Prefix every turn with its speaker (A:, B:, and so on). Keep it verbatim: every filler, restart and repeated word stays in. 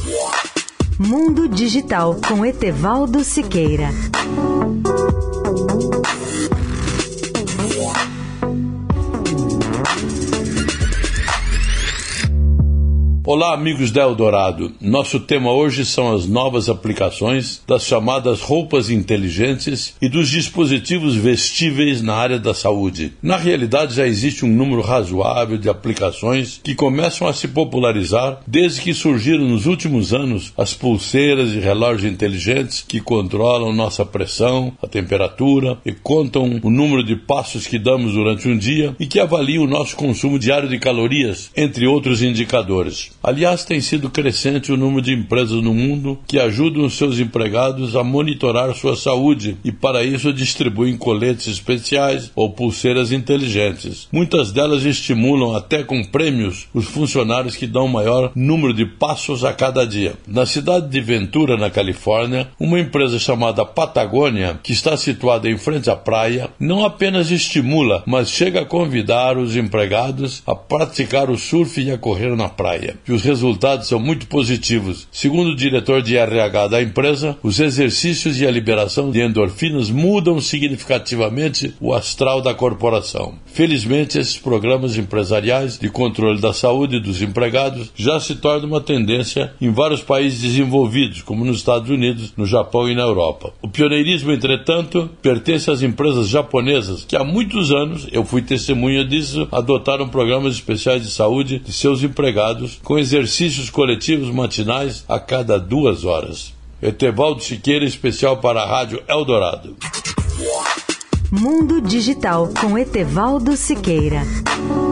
A: Mundo Digital com Etevaldo Siqueira.
B: Olá, amigos da Eldorado. Nosso tema hoje são as novas aplicações das chamadas roupas inteligentes e dos dispositivos vestíveis na área da saúde. Na realidade, já existe um número razoável de aplicações que começam a se popularizar desde que surgiram nos últimos anos as pulseiras e relógios inteligentes que controlam nossa pressão, a temperatura e contam o número de passos que damos durante um dia e que avaliam o nosso consumo diário de calorias, entre outros indicadores. Aliás, tem sido crescente o número de empresas no mundo que ajudam os seus empregados a monitorar sua saúde e, para isso, distribuem coletes especiais ou pulseiras inteligentes. Muitas delas estimulam até com prêmios os funcionários que dão maior número de passos a cada dia. Na cidade de Ventura, na Califórnia, uma empresa chamada Patagônia, que está situada em frente à praia, não apenas estimula, mas chega a convidar os empregados a praticar o surf e a correr na praia. E os resultados são muito positivos. Segundo o diretor de R H da empresa, os exercícios e a liberação de endorfinas mudam significativamente o astral da corporação. Felizmente, esses programas empresariais de controle da saúde dos empregados já se tornam uma tendência em vários países desenvolvidos, como nos Estados Unidos, no Japão e na Europa. O pioneirismo, entretanto, pertence às empresas japonesas, que há muitos anos, eu fui testemunha disso, adotaram programas especiais de saúde de seus empregados, com exercícios coletivos matinais a cada duas horas. Etevaldo Siqueira, especial para a Rádio Eldorado.
A: Mundo Digital com Etevaldo Siqueira.